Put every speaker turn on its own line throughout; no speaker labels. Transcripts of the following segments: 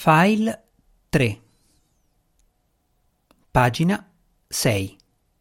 File 3. Pagina 6.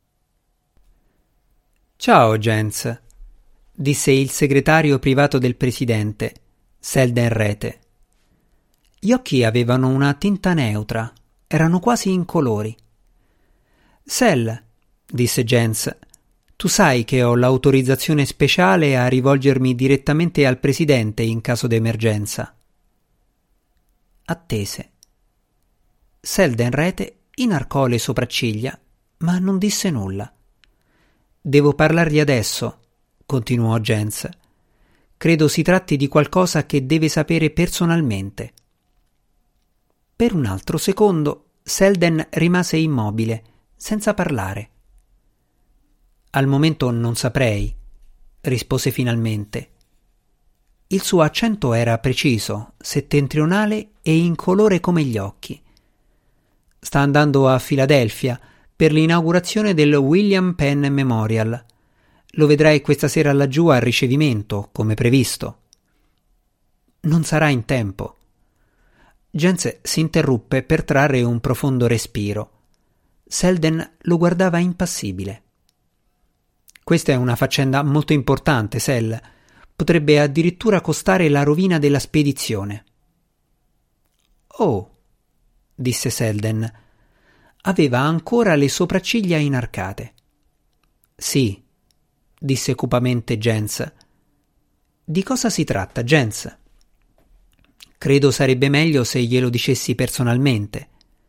«Ciao, Jens», disse il segretario privato del presidente, Selden Rete. Gli occhi avevano una tinta neutra, erano quasi incolori. «Sel», disse Jens, «tu sai che ho l'autorizzazione speciale a rivolgermi direttamente al presidente in caso d'emergenza». Attese. Selden Rete inarcò le sopracciglia, ma non disse nulla. «Devo parlargli adesso», continuò Jens. «Credo si tratti di qualcosa che deve sapere personalmente». Per un altro secondo Selden rimase immobile, senza parlare. «Al momento non saprei», rispose finalmente. Il suo accento era preciso, settentrionale e incolore come gli occhi. «Sta andando a Filadelfia per l'inaugurazione del William Penn Memorial. Lo vedrai questa sera laggiù al ricevimento, come previsto». «Non sarà in tempo». Jens si interruppe per trarre un profondo respiro. Selden lo guardava impassibile. «Questa è una faccenda molto importante, Sel. Potrebbe addirittura costare la rovina della spedizione». «Oh», disse Selden. Aveva ancora le sopracciglia inarcate. «Sì», disse cupamente Jens. «Di cosa si tratta, Jens?» «Credo sarebbe meglio se glielo dicessi personalmente».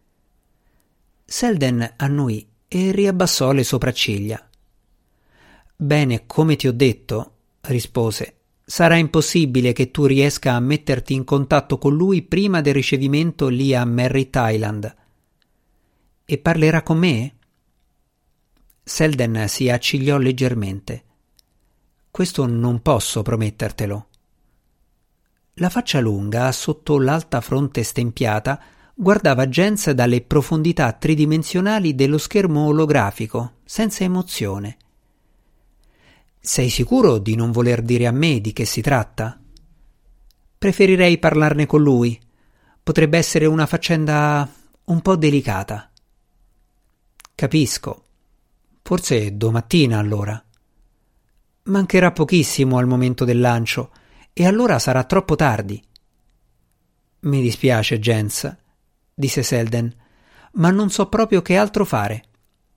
Selden annui e riabbassò le sopracciglia. «Bene, come ti ho detto», rispose, «sarà impossibile che tu riesca a metterti in contatto con lui prima del ricevimento lì a Merritt Island». «E parlerà con me?» Selden si accigliò leggermente. «Questo non posso promettertelo». La faccia lunga, sotto l'alta fronte stempiata, guardava Jens dalle profondità tridimensionali dello schermo olografico, senza emozione. «Sei sicuro di non voler dire a me di che si tratta?» «Preferirei parlarne con lui. Potrebbe essere una faccenda un po' delicata». «Capisco. Forse domattina, allora». «Mancherà pochissimo al momento del lancio, e allora sarà troppo tardi». «Mi dispiace, Jens», disse Selden, «ma non so proprio che altro fare».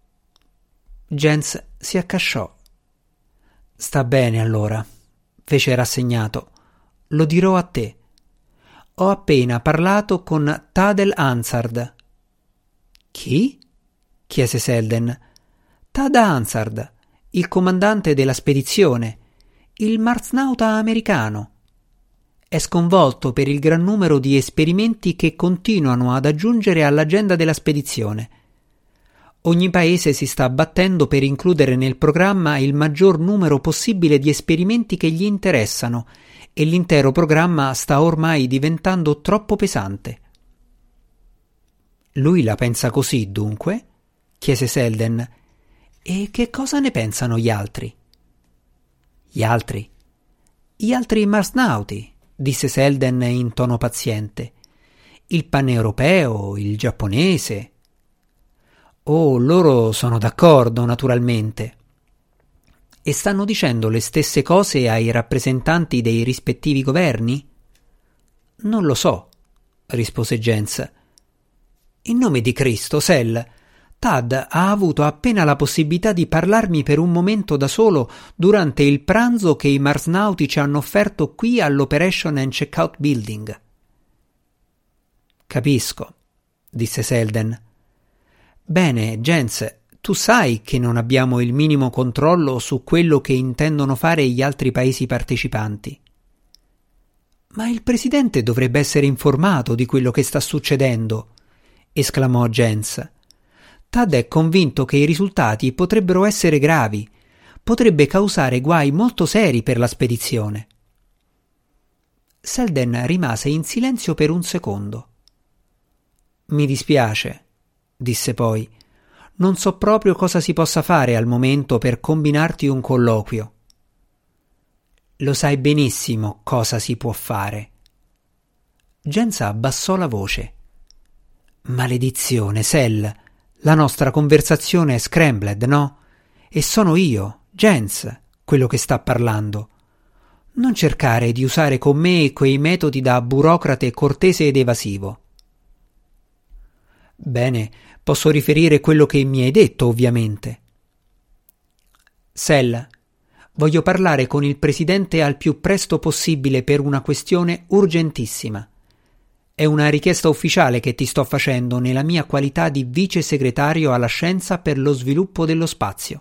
Jens si accasciò. «Sta bene, allora», fece rassegnato. «Lo dirò a te. Ho appena parlato con Tadel Hansard». «Chi?» chiese Selden. «Tada Hansard, il comandante della spedizione, il marsnauta americano. È sconvolto per il gran numero di esperimenti che continuano ad aggiungere all'agenda della spedizione. Ogni paese si sta battendo per includere nel programma il maggior numero possibile di esperimenti che gli interessano, e l'intero programma sta ormai diventando troppo pesante». «Lui la pensa così, dunque?» chiese Selden. «E che cosa ne pensano gli altri?» «Gli altri?» «Gli altri marsnauti», disse Selden in tono paziente. «Il paneuropeo, il giapponese». «Oh, loro sono d'accordo, naturalmente». «E stanno dicendo le stesse cose ai rappresentanti dei rispettivi governi?» «Non lo so», rispose Jens. «In nome di Cristo, Sel, Tad ha avuto appena la possibilità di parlarmi per un momento da solo durante il pranzo che i marsnauti ci hanno offerto qui all'Operation and Checkout Building». «Capisco», disse Selden. «Bene, Jens, tu sai che non abbiamo il minimo controllo su quello che intendono fare gli altri paesi partecipanti». «Ma il presidente dovrebbe essere informato di quello che sta succedendo», esclamò Jens. «Tad è convinto che i risultati potrebbero essere gravi, potrebbe causare guai molto seri per la spedizione». Selden rimase in silenzio per un secondo. «Mi dispiace», disse poi. «Non so proprio cosa si possa fare al momento per combinarti un colloquio». «Lo sai benissimo cosa si può fare». Jens abbassò la voce. Maledizione, Sel, la nostra conversazione è scrambled, no? E sono io, Jens, quello che sta parlando. Non cercare di usare con me quei metodi da burocrate cortese ed evasivo. Bene, posso riferire quello che mi hai detto, ovviamente. Sel, voglio parlare con il presidente al più presto possibile per una questione urgentissima. È una richiesta ufficiale che ti sto facendo nella mia qualità di vice segretario alla scienza per lo sviluppo dello spazio.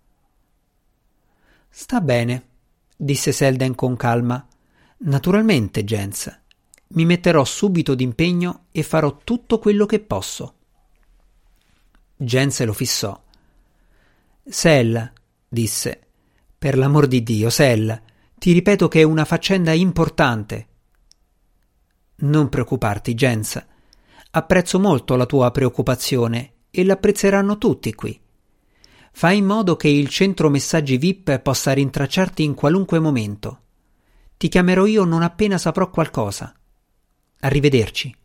Sta bene, disse Selden con calma. Naturalmente, Jens. Mi metterò subito d'impegno e farò tutto quello che posso. Jens lo fissò. Sel, disse. Per l'amor di Dio, Sel, ti ripeto che è una faccenda importante. Non preoccuparti, Jens. Apprezzo molto la tua preoccupazione e l'apprezzeranno tutti qui. Fai in modo che il centro messaggi VIP possa rintracciarti in qualunque momento. Ti chiamerò io non appena saprò qualcosa. Arrivederci.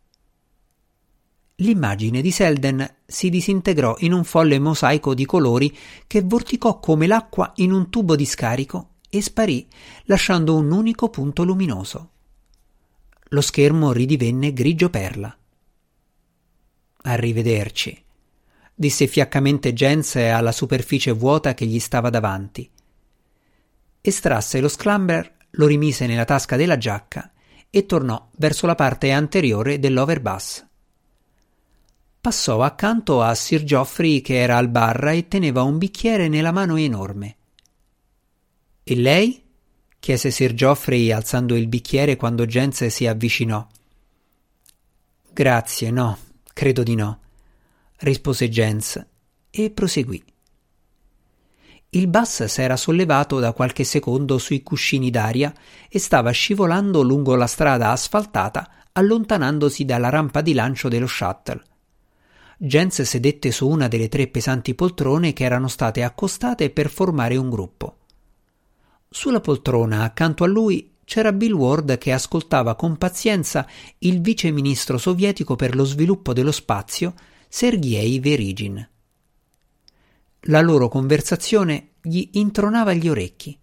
L'immagine di Selden si disintegrò in un folle mosaico di colori che vorticò come l'acqua in un tubo di scarico e sparì, lasciando un unico punto luminoso. Lo schermo ridivenne grigio perla. Arrivederci, disse fiaccamente Jens alla superficie vuota che gli stava davanti. Estrasse lo scrambler, lo rimise nella tasca della giacca e tornò verso la parte anteriore dell'overbus. Passò accanto a Sir Geoffrey che era al bar e teneva un bicchiere nella mano enorme. E lei? Chiese Sir Geoffrey alzando il bicchiere quando Jens si avvicinò. Grazie, no, credo di no, rispose Jens e proseguì. Il bus s'era sollevato da qualche secondo sui cuscini d'aria e stava scivolando lungo la strada asfaltata, allontanandosi dalla rampa di lancio dello shuttle. Jens sedette su una delle 3 pesanti poltrone che erano state accostate per formare un gruppo. Sulla poltrona accanto a lui c'era Bill Ward che ascoltava con pazienza il vice ministro sovietico per lo sviluppo dello spazio, Sergej Verigin. La loro conversazione gli intronava gli orecchi.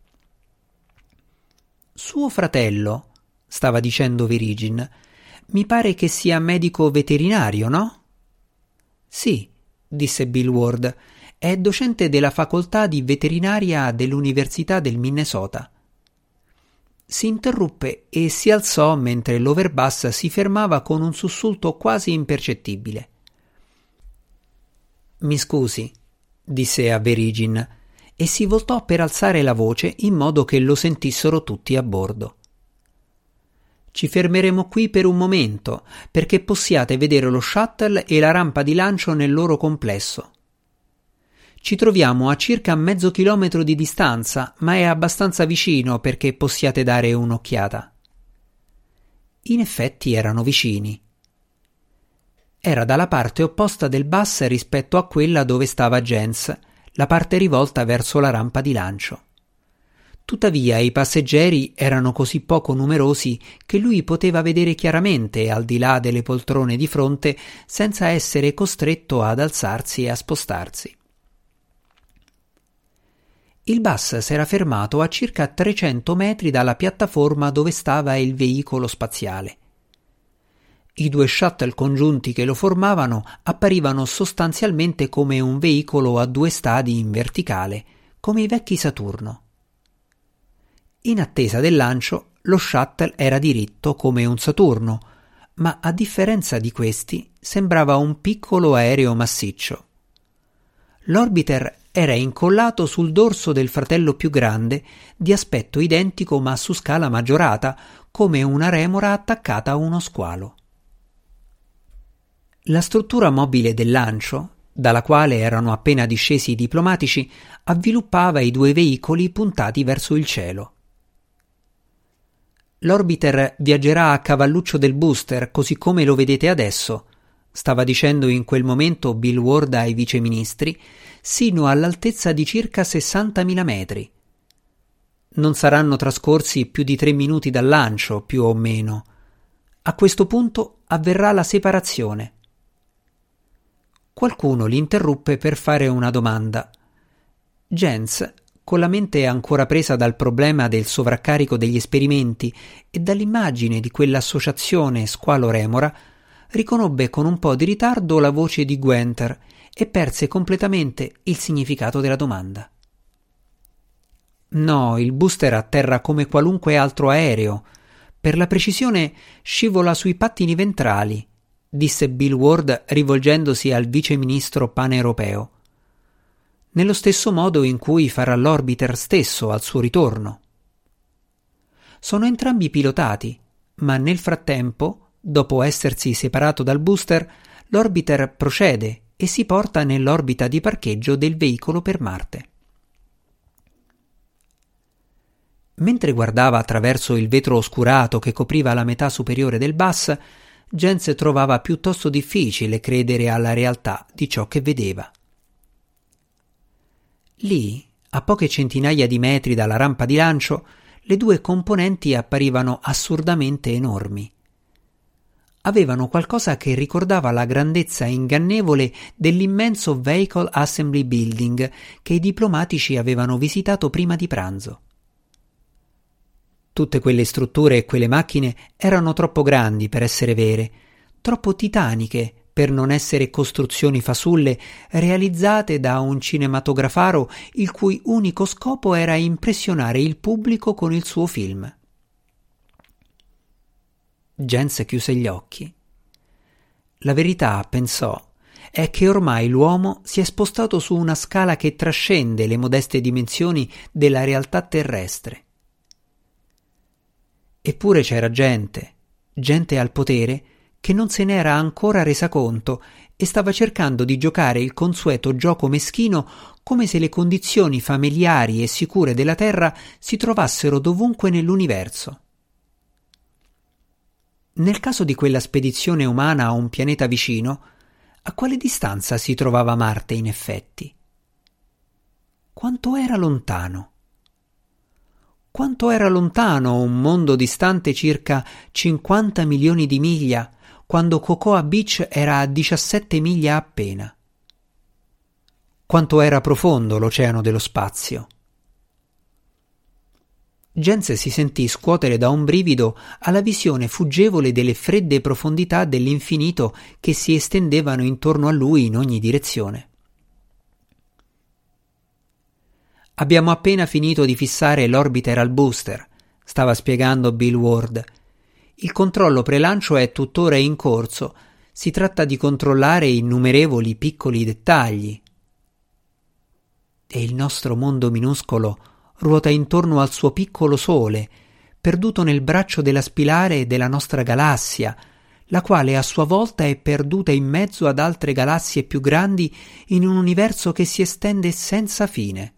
Suo fratello, stava dicendo Verigin, mi pare che sia medico veterinario, no? Sì, disse Bill Ward. È docente della facoltà di veterinaria dell'Università del Minnesota. Si interruppe e si alzò mentre l'overbus si fermava con un sussulto quasi impercettibile. Mi scusi, disse a Verigin, e si voltò per alzare la voce in modo che lo sentissero tutti a bordo. Ci fermeremo qui per un momento, perché possiate vedere lo shuttle e la rampa di lancio nel loro complesso. Ci troviamo a circa mezzo chilometro di distanza, ma è abbastanza vicino perché possiate dare un'occhiata. In effetti erano vicini. Era dalla parte opposta del bus rispetto a quella dove stava Jens, la parte rivolta verso la rampa di lancio. Tuttavia i passeggeri erano così poco numerosi che lui poteva vedere chiaramente al di là delle poltrone di fronte senza essere costretto ad alzarsi e a spostarsi. Il bus s'era fermato a circa 300 metri dalla piattaforma dove stava il veicolo spaziale. I 2 shuttle congiunti che lo formavano apparivano sostanzialmente come un veicolo a 2 stadi in verticale, come i vecchi Saturno. In attesa del lancio, lo shuttle era diritto come un Saturno, ma a differenza di questi sembrava un piccolo aereo massiccio. L'orbiter era incollato sul dorso del fratello più grande, di aspetto identico ma su scala maggiorata, come una remora attaccata a uno squalo. La struttura mobile del lancio, dalla quale erano appena discesi i diplomatici, avviluppava i 2 veicoli puntati verso il cielo. L'orbiter viaggerà a cavalluccio del booster, così come lo vedete adesso, stava dicendo in quel momento Bill Ward ai viceministri, sino all'altezza di circa 60.000 metri. Non saranno trascorsi più di 3 minuti dal lancio, più o meno. A questo punto avverrà la separazione. Qualcuno li interruppe per fare una domanda. Jens, con la mente ancora presa dal problema del sovraccarico degli esperimenti e dall'immagine di quell'associazione squalo-remora, riconobbe con un po' di ritardo la voce di Guenther e perse completamente il significato della domanda. No, il booster atterra come qualunque altro aereo. Per la precisione scivola sui pattini ventrali, disse Bill Ward rivolgendosi al viceministro paneuropeo. Nello stesso modo in cui farà l'orbiter stesso al suo ritorno. Sono entrambi pilotati, ma nel frattempo, dopo essersi separato dal booster, l'orbiter procede e si porta nell'orbita di parcheggio del veicolo per Marte. Mentre guardava attraverso il vetro oscurato che copriva la metà superiore del bus, Jens trovava piuttosto difficile credere alla realtà di ciò che vedeva. Lì, a poche centinaia di metri dalla rampa di lancio, le due componenti apparivano assurdamente enormi. Avevano qualcosa che ricordava la grandezza ingannevole dell'immenso Vehicle Assembly Building che i diplomatici avevano visitato prima di pranzo. Tutte quelle strutture e quelle macchine erano troppo grandi per essere vere, troppo titaniche per non essere costruzioni fasulle realizzate da un cinematografaro il cui unico scopo era impressionare il pubblico con il suo film. Jens chiuse gli occhi. La verità, pensò, è che ormai l'uomo si è spostato su una scala che trascende le modeste dimensioni della realtà terrestre. Eppure c'era gente al potere, che non se n'era ancora resa conto e stava cercando di giocare il consueto gioco meschino come se le condizioni familiari e sicure della Terra si trovassero dovunque nell'universo. Nel caso di quella spedizione umana a un pianeta vicino, a quale distanza si trovava Marte in effetti? Quanto era lontano? Quanto era lontano un mondo distante circa 50 milioni di miglia, quando Cocoa Beach era a 17 miglia appena? Quanto era profondo l'oceano dello spazio? Jens si sentì scuotere da un brivido alla visione fuggevole delle fredde profondità dell'infinito che si estendevano intorno a lui in ogni direzione. Abbiamo appena finito di fissare l'orbiter al booster, stava spiegando Bill Ward. Il controllo prelancio è tuttora in corso. Si tratta di controllare innumerevoli piccoli dettagli. E il nostro mondo minuscolo ruota intorno al suo piccolo sole, perduto nel braccio della spirale della nostra galassia, la quale a sua volta è perduta in mezzo ad altre galassie più grandi in un universo che si estende senza fine.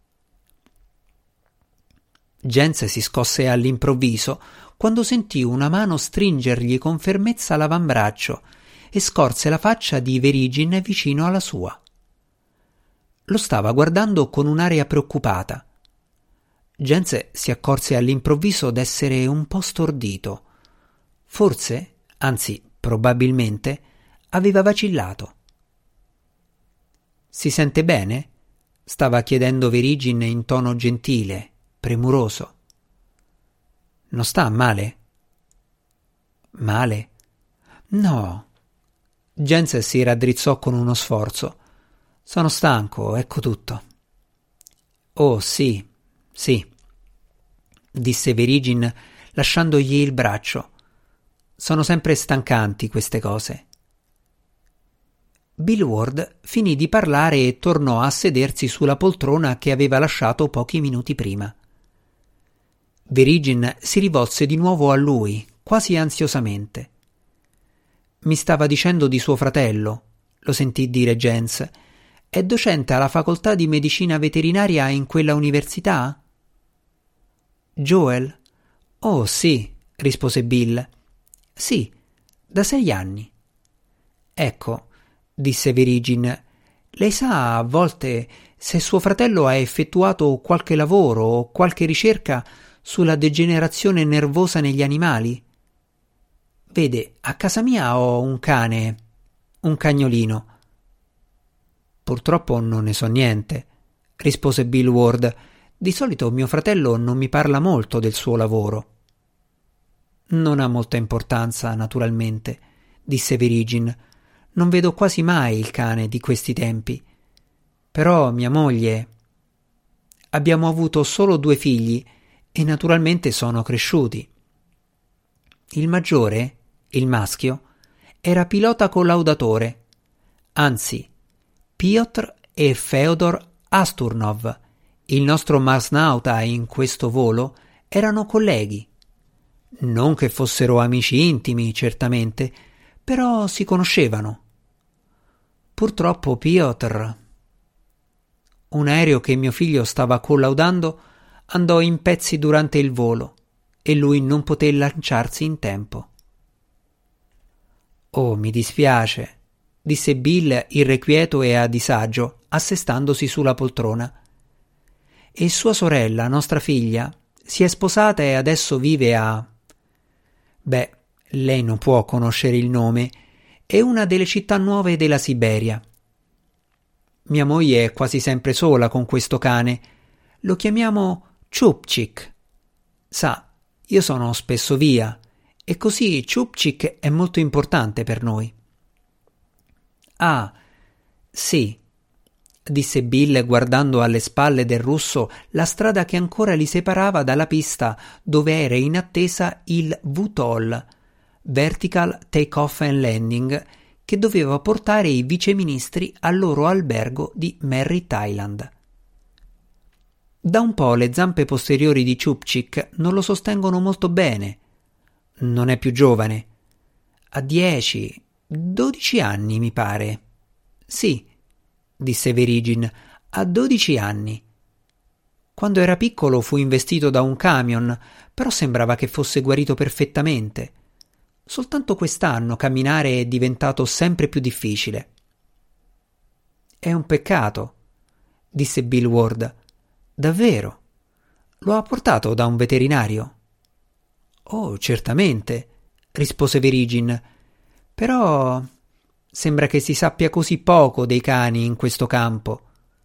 Jens si scosse all'improvviso quando sentì una mano stringergli con fermezza l'avambraccio e scorse la faccia di Verigin vicino alla sua. Lo stava guardando con un'aria preoccupata. Jens si accorse all'improvviso d'essere un po' stordito. Forse, anzi probabilmente, aveva vacillato. «Si sente bene?» stava chiedendo Verigin in tono gentile, premuroso. «Non sta male?» «Male?» «No». Jens si raddrizzò con uno sforzo. «Sono stanco, ecco tutto». «Oh, sì, sì», disse Verigin lasciandogli il braccio. «Sono sempre stancanti queste cose». Bill Ward finì di parlare e tornò a sedersi sulla poltrona che aveva lasciato pochi minuti prima. Verigin si rivolse di nuovo a lui, quasi ansiosamente. «Mi stava dicendo di suo fratello», lo sentì dire Jens. «È docente alla facoltà di medicina veterinaria in quella università?» «Joel?» «Oh, sì», rispose Bill. «Sì, da 6 anni». «Ecco», disse Verigin, «lei sa a volte se suo fratello ha effettuato qualche lavoro o qualche ricerca sulla degenerazione nervosa negli animali?» Vede, a casa mia ho un cane, un cagnolino. Purtroppo non ne so niente, rispose Bill Ward. Di solito mio fratello non mi parla molto del suo lavoro. Non ha molta importanza, naturalmente, disse Virgin. Non vedo quasi mai il cane di questi tempi. Però mia moglie... Abbiamo avuto solo 2 figli e naturalmente sono cresciuti. Il maggiore, il maschio, era pilota collaudatore. Anzi, Piotr e Feodor Asturnov, il nostro marsnauta in questo volo, erano colleghi. Non che fossero amici intimi, certamente, però si conoscevano. Purtroppo Piotr... Un aereo che mio figlio stava collaudando andò in pezzi durante il volo e lui non poté lanciarsi in tempo. «Oh, mi dispiace», disse Bill irrequieto e a disagio, assestandosi sulla poltrona. «E sua sorella, nostra figlia, si è sposata e adesso vive a...» «Beh, lei non può conoscere il nome. È una delle città nuove della Siberia. Mia moglie è quasi sempre sola con questo cane. Lo chiamiamo Chupchik. Sa, io sono spesso via, e così Chupchik è molto importante per noi». «Ah, sì», disse Bill guardando alle spalle del russo la strada che ancora li separava dalla pista dove era in attesa il VTOL, Vertical Take-Off and Landing, che doveva portare i viceministri al loro albergo di Merritt Island. Da un po' le zampe posteriori di Chupchik non lo sostengono molto bene. Non è più giovane. Ha 10, 12 anni, mi pare. Sì, disse Virgin, ha 12 anni. Quando era piccolo fu investito da un camion, però sembrava che fosse guarito perfettamente. Soltanto quest'anno camminare è diventato sempre più difficile. «È un peccato», disse Bill Ward. «Davvero? Lo ha portato da un veterinario?» «Oh, certamente», rispose Virgin. «Però sembra che si sappia così poco dei cani in questo campo.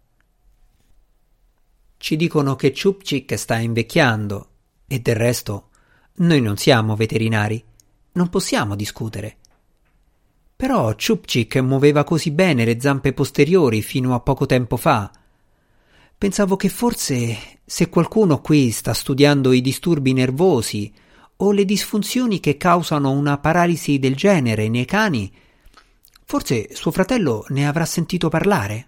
Ci dicono che Chupchik sta invecchiando e del resto noi non siamo veterinari. Non possiamo discutere. Però Chupchik muoveva così bene le zampe posteriori fino a poco tempo fa. Pensavo che forse, se qualcuno qui sta studiando i disturbi nervosi o le disfunzioni che causano una paralisi del genere nei cani, forse suo fratello ne avrà sentito parlare».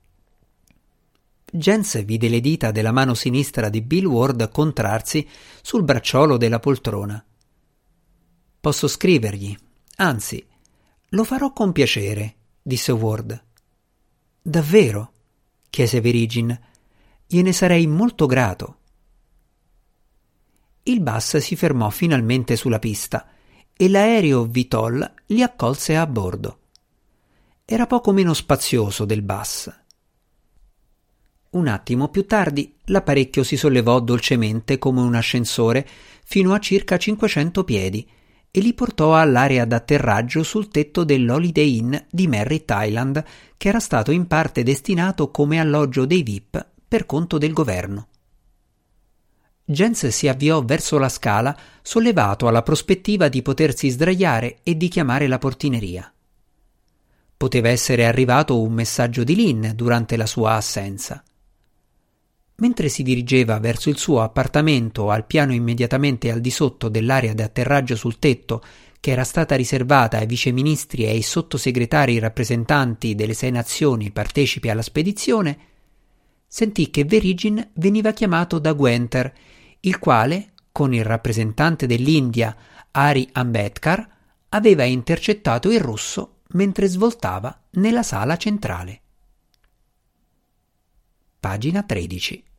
Jens vide le dita della mano sinistra di Bill Ward contrarsi sul bracciolo della poltrona. «Posso scrivergli, anzi, lo farò con piacere», disse Ward. «Davvero?» chiese Virgin. «Gliene sarei molto grato». Il bus si fermò finalmente sulla pista e l'aereo VTOL li accolse a bordo. Era poco meno spazioso del bus. Un attimo più tardi l'apparecchio si sollevò dolcemente come un ascensore fino a circa 500 piedi e li portò all'area d'atterraggio sul tetto dell'Holiday Inn di Merritt Island, che era stato in parte destinato come alloggio dei VIP per conto del governo. Jens si avviò verso la scala, sollevato alla prospettiva di potersi sdraiare e di chiamare la portineria. Poteva essere arrivato un messaggio di Lynn durante la sua assenza. Mentre si dirigeva verso il suo appartamento al piano immediatamente al di sotto dell'area di atterraggio sul tetto, che era stata riservata ai viceministri e ai sottosegretari rappresentanti delle 6 nazioni partecipi alla spedizione, sentì che Virgin veniva chiamato da Guenter, il quale, con il rappresentante dell'India Hari Ambedkar, aveva intercettato il russo mentre svoltava nella sala centrale. Pagina 13.